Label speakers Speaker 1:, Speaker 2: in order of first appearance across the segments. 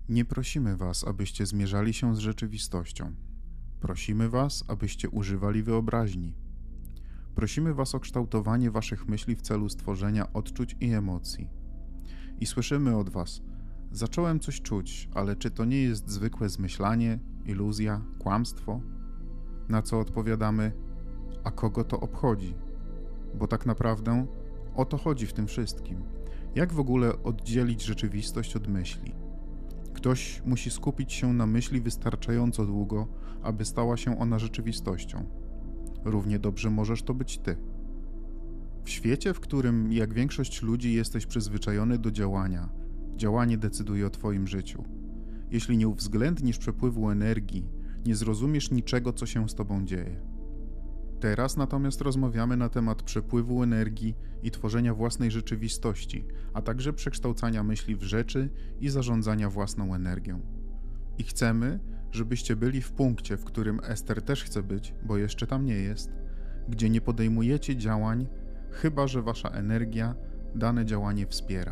Speaker 1: Nie prosimy Was, abyście zmierzali się z rzeczywistością. Prosimy Was, abyście używali wyobraźni. Prosimy Was o kształtowanie Waszych myśli w celu stworzenia odczuć i emocji. I słyszymy od Was: zacząłem coś czuć, ale czy to nie jest zwykłe zmyślanie, iluzja, kłamstwo? Na co odpowiadamy: a kogo to obchodzi? Bo tak naprawdę o to chodzi w tym wszystkim. Jak w ogóle oddzielić rzeczywistość od myśli? Ktoś musi skupić się na myśli wystarczająco długo, aby stała się ona rzeczywistością. Równie dobrze możesz to być ty. W świecie, w którym, jak większość ludzi, jesteś przyzwyczajony do działania, działanie decyduje o twoim życiu. Jeśli nie uwzględnisz przepływu energii, nie zrozumiesz niczego, co się z tobą dzieje. Teraz natomiast rozmawiamy na temat przepływu energii i tworzenia własnej rzeczywistości, a także przekształcania myśli w rzeczy i zarządzania własną energią. I chcemy, żebyście byli w punkcie, w którym Ester też chce być, bo jeszcze tam nie jest, gdzie nie podejmujecie działań, chyba że wasza energia dane działanie wspiera.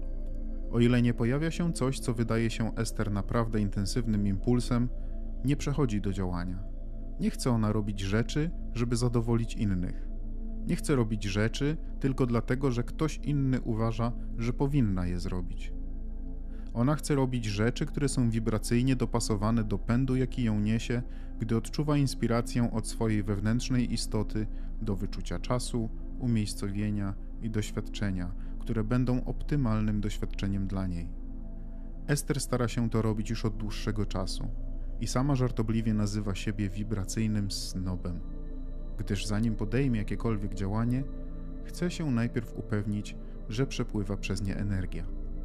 Speaker 1: O ile nie pojawia się coś, co wydaje się Ester naprawdę intensywnym impulsem, nie przechodzi do działania. Nie chce ona robić rzeczy, żeby zadowolić innych. Nie chce robić rzeczy tylko dlatego, że ktoś inny uważa, że powinna je zrobić. Ona chce robić rzeczy, które są wibracyjnie dopasowane do pędu, jaki ją niesie, gdy odczuwa inspirację od swojej wewnętrznej istoty do wyczucia czasu, umiejscowienia i doświadczenia, które będą optymalnym doświadczeniem dla niej. Ester stara się to robić już od dłuższego czasu i sama żartobliwie nazywa siebie wibracyjnym snobem, gdyż zanim podejmie jakiekolwiek działanie, chce się najpierw upewnić, że przepływa przez nie energia.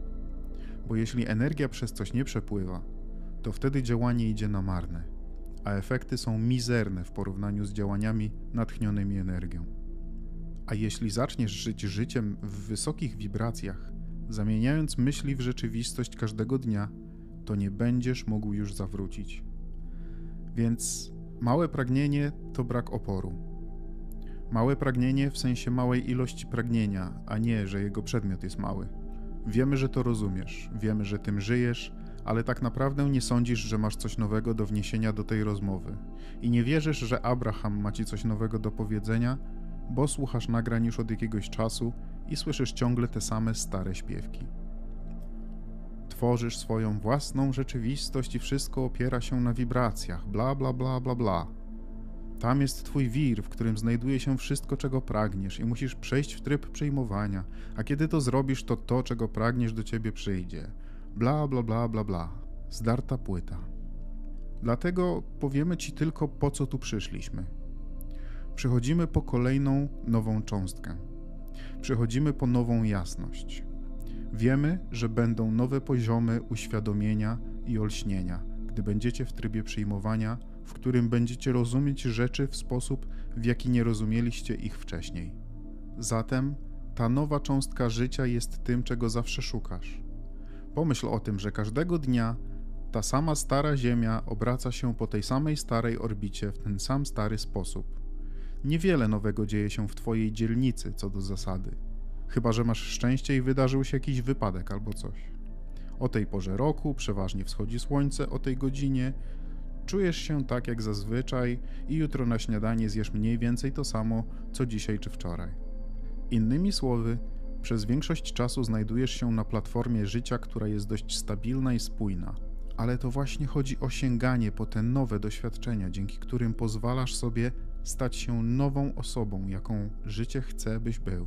Speaker 1: Bo jeśli energia przez coś nie przepływa, to wtedy działanie idzie na marne, a efekty są mizerne w porównaniu z działaniami natchnionymi energią. A jeśli zaczniesz żyć życiem w wysokich wibracjach, zamieniając myśli w rzeczywistość każdego dnia, to nie będziesz mógł już zawrócić. Więc małe pragnienie to brak oporu. Małe pragnienie w sensie małej ilości pragnienia, a nie, że jego przedmiot jest mały. Wiemy, że to rozumiesz, wiemy, że tym żyjesz, ale tak naprawdę nie sądzisz, że masz coś nowego do wniesienia do tej rozmowy. I nie wierzysz, że Abraham ma ci coś nowego do powiedzenia, bo słuchasz nagrań już od jakiegoś czasu i słyszysz ciągle te same stare śpiewki. Tworzysz swoją własną rzeczywistość i wszystko opiera się na wibracjach, bla bla bla bla bla. Tam jest twój wir, w którym znajduje się wszystko, czego pragniesz i musisz przejść w tryb przyjmowania, a kiedy to zrobisz, to to, czego pragniesz, do ciebie przyjdzie. Bla bla bla bla bla. Zdarta płyta. Dlatego powiemy ci tylko, po co tu przyszliśmy. Przychodzimy po kolejną nową cząstkę. Przychodzimy po nową jasność. Wiemy, że będą nowe poziomy uświadomienia i olśnienia, gdy będziecie w trybie przyjmowania, w którym będziecie rozumieć rzeczy w sposób, w jaki nie rozumieliście ich wcześniej. Zatem ta nowa cząstka życia jest tym, czego zawsze szukasz. Pomyśl o tym, że każdego dnia ta sama stara Ziemia obraca się po tej samej starej orbicie w ten sam stary sposób. Niewiele nowego dzieje się w twojej dzielnicy co do zasady. Chyba że masz szczęście i wydarzył się jakiś wypadek albo coś. O tej porze roku przeważnie wschodzi słońce, o tej godzinie czujesz się tak jak zazwyczaj i jutro na śniadanie zjesz mniej więcej to samo, co dzisiaj czy wczoraj. Innymi słowy, przez większość czasu znajdujesz się na platformie życia, która jest dość stabilna i spójna. Ale to właśnie chodzi o sięganie po te nowe doświadczenia, dzięki którym pozwalasz sobie stać się nową osobą, jaką życie chce, byś był.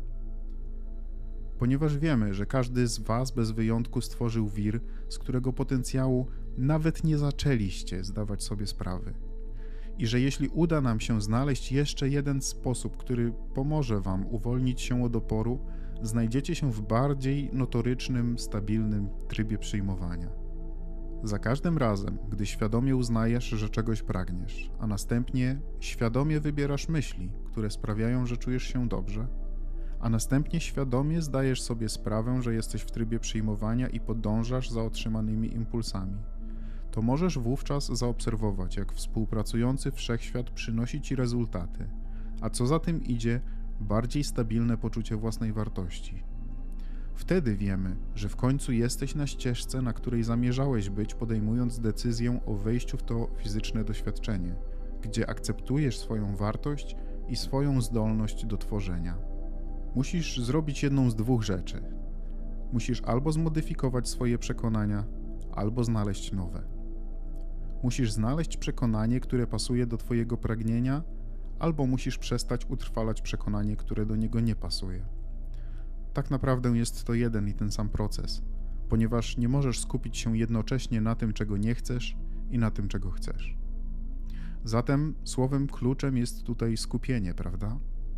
Speaker 1: Ponieważ wiemy, że każdy z was bez wyjątku stworzył wir, z którego potencjału nawet nie zaczęliście zdawać sobie sprawy. I że jeśli uda nam się znaleźć jeszcze jeden sposób, który pomoże wam uwolnić się od oporu, znajdziecie się w bardziej notorycznym, stabilnym trybie przyjmowania. Za każdym razem, gdy świadomie uznajesz, że czegoś pragniesz, a następnie świadomie wybierasz myśli, które sprawiają, że czujesz się dobrze, a następnie świadomie zdajesz sobie sprawę, że jesteś w trybie przyjmowania i podążasz za otrzymanymi impulsami, to możesz wówczas zaobserwować, jak współpracujący wszechświat przynosi ci rezultaty, a co za tym idzie, bardziej stabilne poczucie własnej wartości. Wtedy wiemy, że w końcu jesteś na ścieżce, na której zamierzałeś być, podejmując decyzję o wejściu w to fizyczne doświadczenie, gdzie akceptujesz swoją wartość i swoją zdolność do tworzenia. Musisz zrobić jedną z dwóch rzeczy. Musisz albo zmodyfikować swoje przekonania, albo znaleźć nowe. Musisz znaleźć przekonanie, które pasuje do twojego pragnienia, albo musisz przestać utrwalać przekonanie, które do niego nie pasuje. Tak naprawdę jest to jeden i ten sam proces, ponieważ nie możesz skupić się jednocześnie na tym, czego nie chcesz i na tym, czego chcesz. Zatem słowem kluczem jest tutaj skupienie, prawda?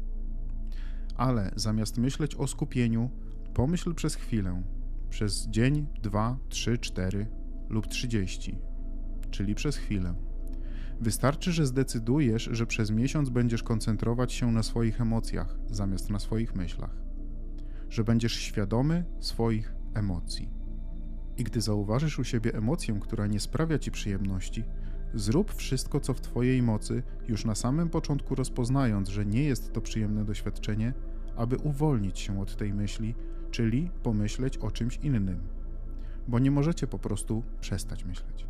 Speaker 1: Ale zamiast myśleć o skupieniu, pomyśl przez chwilę, przez dzień, 2, 3, 4 lub 30, czyli przez chwilę. Wystarczy, że zdecydujesz, że przez miesiąc będziesz koncentrować się na swoich emocjach zamiast na swoich myślach. Że będziesz świadomy swoich emocji. I gdy zauważysz u siebie emocję, która nie sprawia ci przyjemności, zrób wszystko, co w twojej mocy, już na samym początku rozpoznając, że nie jest to przyjemne doświadczenie, aby uwolnić się od tej myśli, czyli pomyśleć o czymś innym. Bo nie możecie po prostu przestać myśleć.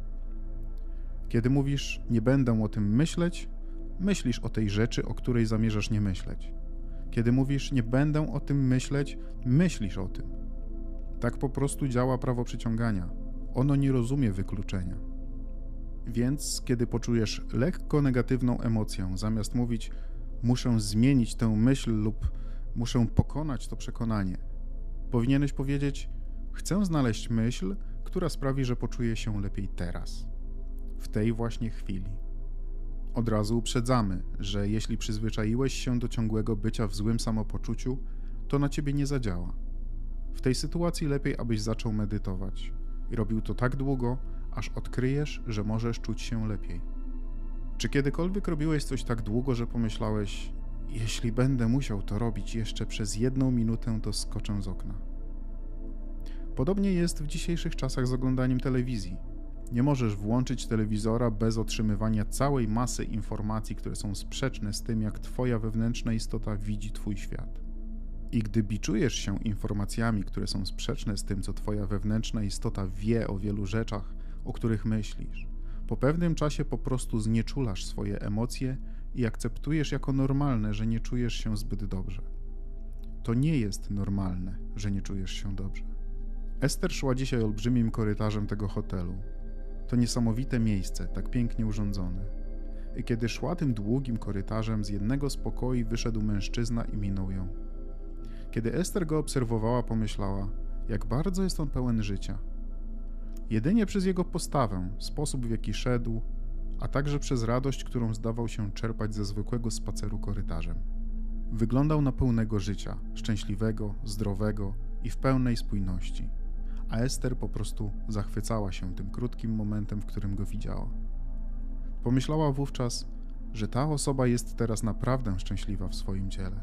Speaker 1: Kiedy mówisz, nie będę o tym myśleć, myślisz o tej rzeczy, o której zamierzasz nie myśleć. Kiedy mówisz, nie będę o tym myśleć, myślisz o tym. Tak po prostu działa prawo przyciągania. Ono nie rozumie wykluczenia. Więc kiedy poczujesz lekko negatywną emocję, zamiast mówić, muszę zmienić tę myśl lub muszę pokonać to przekonanie, powinieneś powiedzieć, chcę znaleźć myśl, która sprawi, że poczuję się lepiej teraz. W tej właśnie chwili. Od razu uprzedzamy, że jeśli przyzwyczaiłeś się do ciągłego bycia w złym samopoczuciu, to na ciebie nie zadziała. W tej sytuacji lepiej, abyś zaczął medytować i robił to tak długo, aż odkryjesz, że możesz czuć się lepiej. Czy kiedykolwiek robiłeś coś tak długo, że pomyślałeś, jeśli będę musiał to robić jeszcze przez 1 minutę, to skoczę z okna? Podobnie jest w dzisiejszych czasach z oglądaniem telewizji. Nie możesz włączyć telewizora bez otrzymywania całej masy informacji, które są sprzeczne z tym, jak twoja wewnętrzna istota widzi twój świat. I gdy biczujesz się informacjami, które są sprzeczne z tym, co twoja wewnętrzna istota wie o wielu rzeczach, o których myślisz, po pewnym czasie po prostu znieczulasz swoje emocje i akceptujesz jako normalne, że nie czujesz się zbyt dobrze. To nie jest normalne, że nie czujesz się dobrze. Ester szła dzisiaj olbrzymim korytarzem tego hotelu. To niesamowite miejsce, tak pięknie urządzone. I kiedy szła tym długim korytarzem, z jednego z pokoi wyszedł mężczyzna i minął ją. Kiedy Ester go obserwowała, pomyślała, jak bardzo jest on pełen życia. Jedynie przez jego postawę, sposób w jaki szedł, a także przez radość, którą zdawał się czerpać ze zwykłego spaceru korytarzem. Wyglądał na pełnego życia, szczęśliwego, zdrowego i w pełnej spójności. A Ester po prostu zachwycała się tym krótkim momentem, w którym go widziała. Pomyślała wówczas, że ta osoba jest teraz naprawdę szczęśliwa w swoim ciele.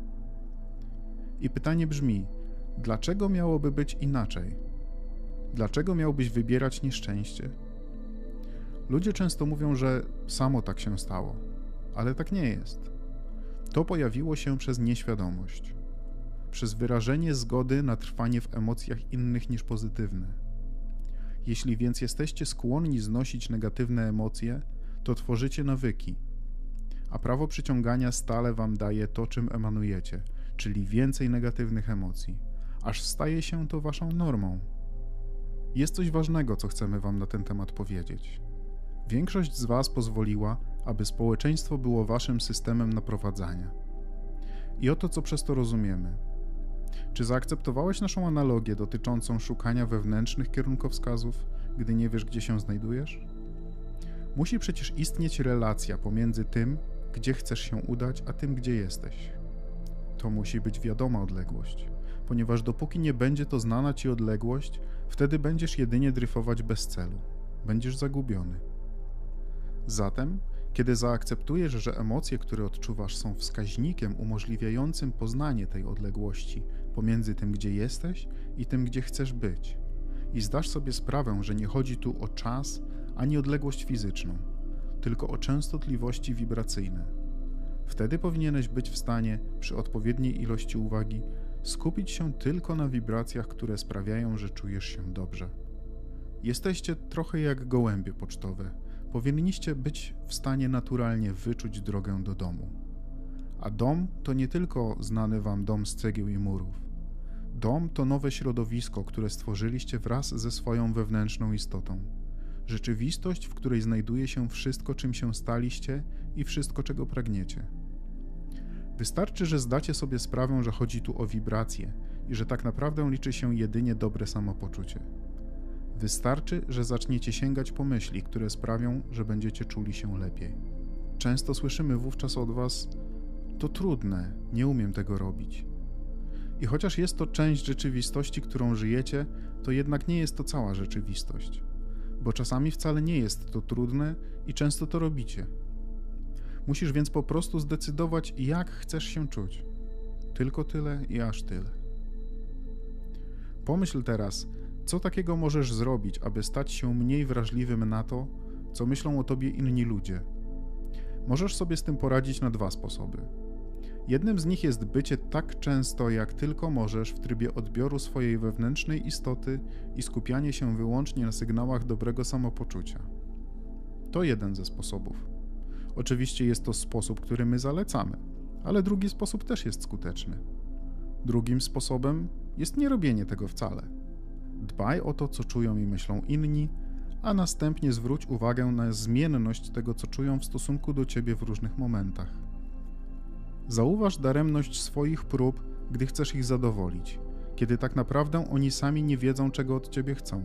Speaker 1: I pytanie brzmi, dlaczego miałoby być inaczej? Dlaczego miałbyś wybierać nieszczęście? Ludzie często mówią, że samo tak się stało, ale tak nie jest. To pojawiło się przez nieświadomość. Przez wyrażenie zgody na trwanie w emocjach innych niż pozytywne. Jeśli więc jesteście skłonni znosić negatywne emocje, to tworzycie nawyki, a prawo przyciągania stale wam daje to, czym emanujecie, czyli więcej negatywnych emocji, aż staje się to waszą normą. Jest coś ważnego, co chcemy wam na ten temat powiedzieć. Większość z was pozwoliła, aby społeczeństwo było waszym systemem naprowadzania. I oto co przez to rozumiemy. Czy zaakceptowałeś naszą analogię dotyczącą szukania wewnętrznych kierunkowskazów, gdy nie wiesz, gdzie się znajdujesz? Musi przecież istnieć relacja pomiędzy tym, gdzie chcesz się udać, a tym, gdzie jesteś. To musi być wiadoma odległość, ponieważ dopóki nie będzie to znana ci odległość, wtedy będziesz jedynie dryfować bez celu. Będziesz zagubiony. Zatem, kiedy zaakceptujesz, że emocje, które odczuwasz, są wskaźnikiem umożliwiającym poznanie tej odległości pomiędzy tym, gdzie jesteś i tym, gdzie chcesz być, i zdasz sobie sprawę, że nie chodzi tu o czas ani odległość fizyczną, tylko o częstotliwości wibracyjne, wtedy powinieneś być w stanie, przy odpowiedniej ilości uwagi, skupić się tylko na wibracjach, które sprawiają, że czujesz się dobrze. Jesteście trochę jak gołębie pocztowe. Powinniście być w stanie naturalnie wyczuć drogę do domu. A dom to nie tylko znany wam dom z cegieł i murów. Dom to nowe środowisko, które stworzyliście wraz ze swoją wewnętrzną istotą. Rzeczywistość, w której znajduje się wszystko, czym się staliście i wszystko, czego pragniecie. Wystarczy, że zdacie sobie sprawę, że chodzi tu o wibracje i że tak naprawdę liczy się jedynie dobre samopoczucie. Wystarczy, że zaczniecie sięgać po myśli, które sprawią, że będziecie czuli się lepiej. Często słyszymy wówczas od was: to trudne, nie umiem tego robić. I chociaż jest to część rzeczywistości, którą żyjecie, to jednak nie jest to cała rzeczywistość. Bo czasami wcale nie jest to trudne i często to robicie. Musisz więc po prostu zdecydować, jak chcesz się czuć. Tylko tyle i aż tyle. Pomyśl teraz, co takiego możesz zrobić, aby stać się mniej wrażliwym na to, co myślą o tobie inni ludzie. Możesz sobie z tym poradzić na 2 sposoby. Jednym z nich jest bycie tak często, jak tylko możesz w trybie odbioru swojej wewnętrznej istoty i skupianie się wyłącznie na sygnałach dobrego samopoczucia. To jeden ze sposobów. Oczywiście jest to sposób, który my zalecamy, ale drugi sposób też jest skuteczny. Drugim sposobem jest nie robienie tego wcale. Dbaj o to, co czują i myślą inni, a następnie zwróć uwagę na zmienność tego, co czują w stosunku do ciebie w różnych momentach. Zauważ daremność swoich prób, gdy chcesz ich zadowolić, kiedy tak naprawdę oni sami nie wiedzą, czego od ciebie chcą.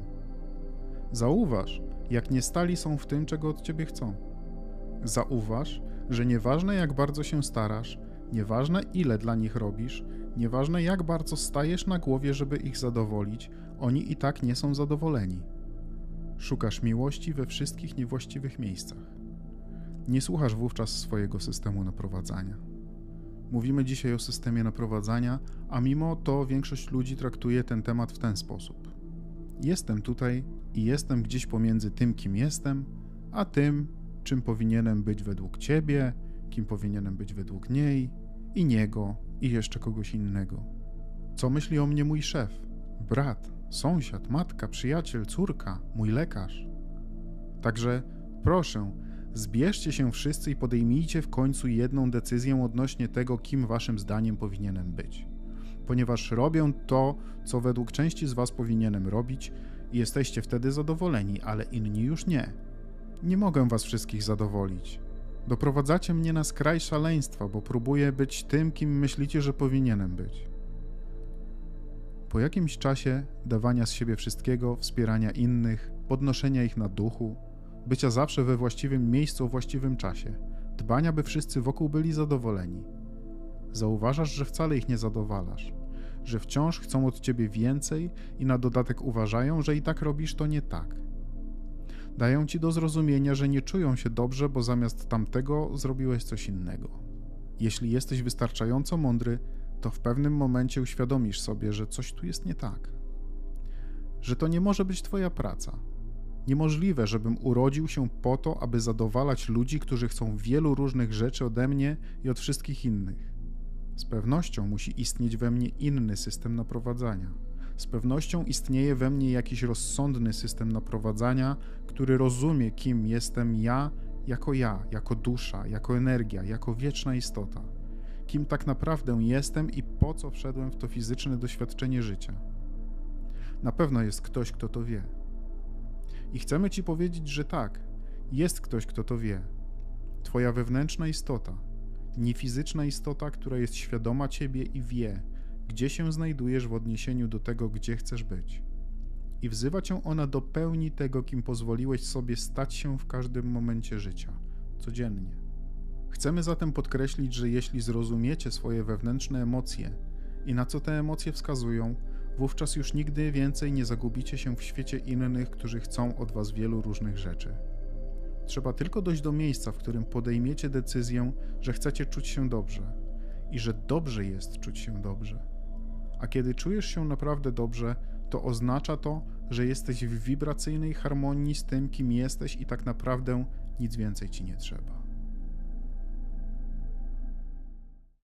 Speaker 1: Zauważ, jak niestali są w tym, czego od ciebie chcą. Zauważ, że nieważne jak bardzo się starasz, nieważne ile dla nich robisz, nieważne jak bardzo stajesz na głowie, żeby ich zadowolić, oni i tak nie są zadowoleni. Szukasz miłości we wszystkich niewłaściwych miejscach. Nie słuchasz wówczas swojego systemu naprowadzania. Mówimy dzisiaj o systemie naprowadzania, a mimo to większość ludzi traktuje ten temat w ten sposób. Jestem tutaj i jestem gdzieś pomiędzy tym, kim jestem, a tym, czym powinienem być według ciebie, kim powinienem być według niej i niego i jeszcze kogoś innego. Co myśli o mnie mój szef, brat, sąsiad, matka, przyjaciel, córka, mój lekarz? Także proszę, zbierzcie się wszyscy i podejmijcie w końcu jedną decyzję odnośnie tego, kim waszym zdaniem powinienem być. Ponieważ robię to, co według części z was powinienem robić i jesteście wtedy zadowoleni, ale inni już nie. Nie mogę was wszystkich zadowolić. Doprowadzacie mnie na skraj szaleństwa, bo próbuję być tym, kim myślicie, że powinienem być. Po jakimś czasie dawania z siebie wszystkiego, wspierania innych, podnoszenia ich na duchu, bycia zawsze we właściwym miejscu o właściwym czasie, dbania, by wszyscy wokół byli zadowoleni. Zauważasz, że wcale ich nie zadowalasz, że wciąż chcą od ciebie więcej i na dodatek uważają, że i tak robisz to nie tak. Dają ci do zrozumienia, że nie czują się dobrze, bo zamiast tamtego zrobiłeś coś innego. Jeśli jesteś wystarczająco mądry, to w pewnym momencie uświadomisz sobie, że coś tu jest nie tak. Że to nie może być twoja praca. Niemożliwe, żebym urodził się po to, aby zadowalać ludzi, którzy chcą wielu różnych rzeczy ode mnie i od wszystkich innych. Z pewnością musi istnieć we mnie inny system naprowadzania. Z pewnością istnieje we mnie jakiś rozsądny system naprowadzania, który rozumie, kim jestem ja, jako dusza, jako energia, jako wieczna istota. Kim tak naprawdę jestem i po co wszedłem w to fizyczne doświadczenie życia. Na pewno jest ktoś, kto to wie. I chcemy ci powiedzieć, że tak, jest ktoś, kto to wie. Twoja wewnętrzna istota, niefizyczna istota, która jest świadoma ciebie i wie, gdzie się znajdujesz w odniesieniu do tego, gdzie chcesz być. I wzywa cię ona do pełni tego, kim pozwoliłeś sobie stać się w każdym momencie życia, codziennie. Chcemy zatem podkreślić, że jeśli zrozumiecie swoje wewnętrzne emocje i na co te emocje wskazują, wówczas już nigdy więcej nie zagubicie się w świecie innych, którzy chcą od was wielu różnych rzeczy. Trzeba tylko dojść do miejsca, w którym podejmiecie decyzję, że chcecie czuć się dobrze i że dobrze jest czuć się dobrze. A kiedy czujesz się naprawdę dobrze, to oznacza to, że jesteś w wibracyjnej harmonii z tym, kim jesteś i tak naprawdę nic więcej ci nie trzeba.